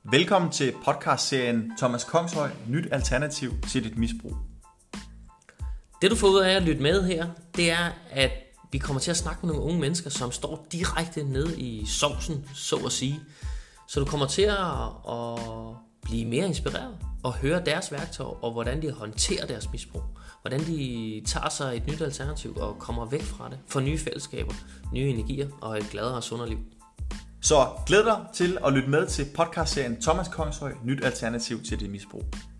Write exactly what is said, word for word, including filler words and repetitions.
Velkommen til podcastserien Thomas Kongshøj, nyt alternativ til dit misbrug. Det du får ud af at lytte med her, det er, at vi kommer til at snakke med nogle unge mennesker, som står direkte nede i sovsen, så at sige. Så du kommer til at, at blive mere inspireret og høre deres værktøj, og hvordan de håndterer deres misbrug. Hvordan de tager sig et nyt alternativ og kommer væk fra det. Får nye fællesskaber, nye energier og et gladere og sundere liv. Så glæd dig til at lytte med til podcastserien Thomas Kongshøj, nyt alternativ til dit misbrug.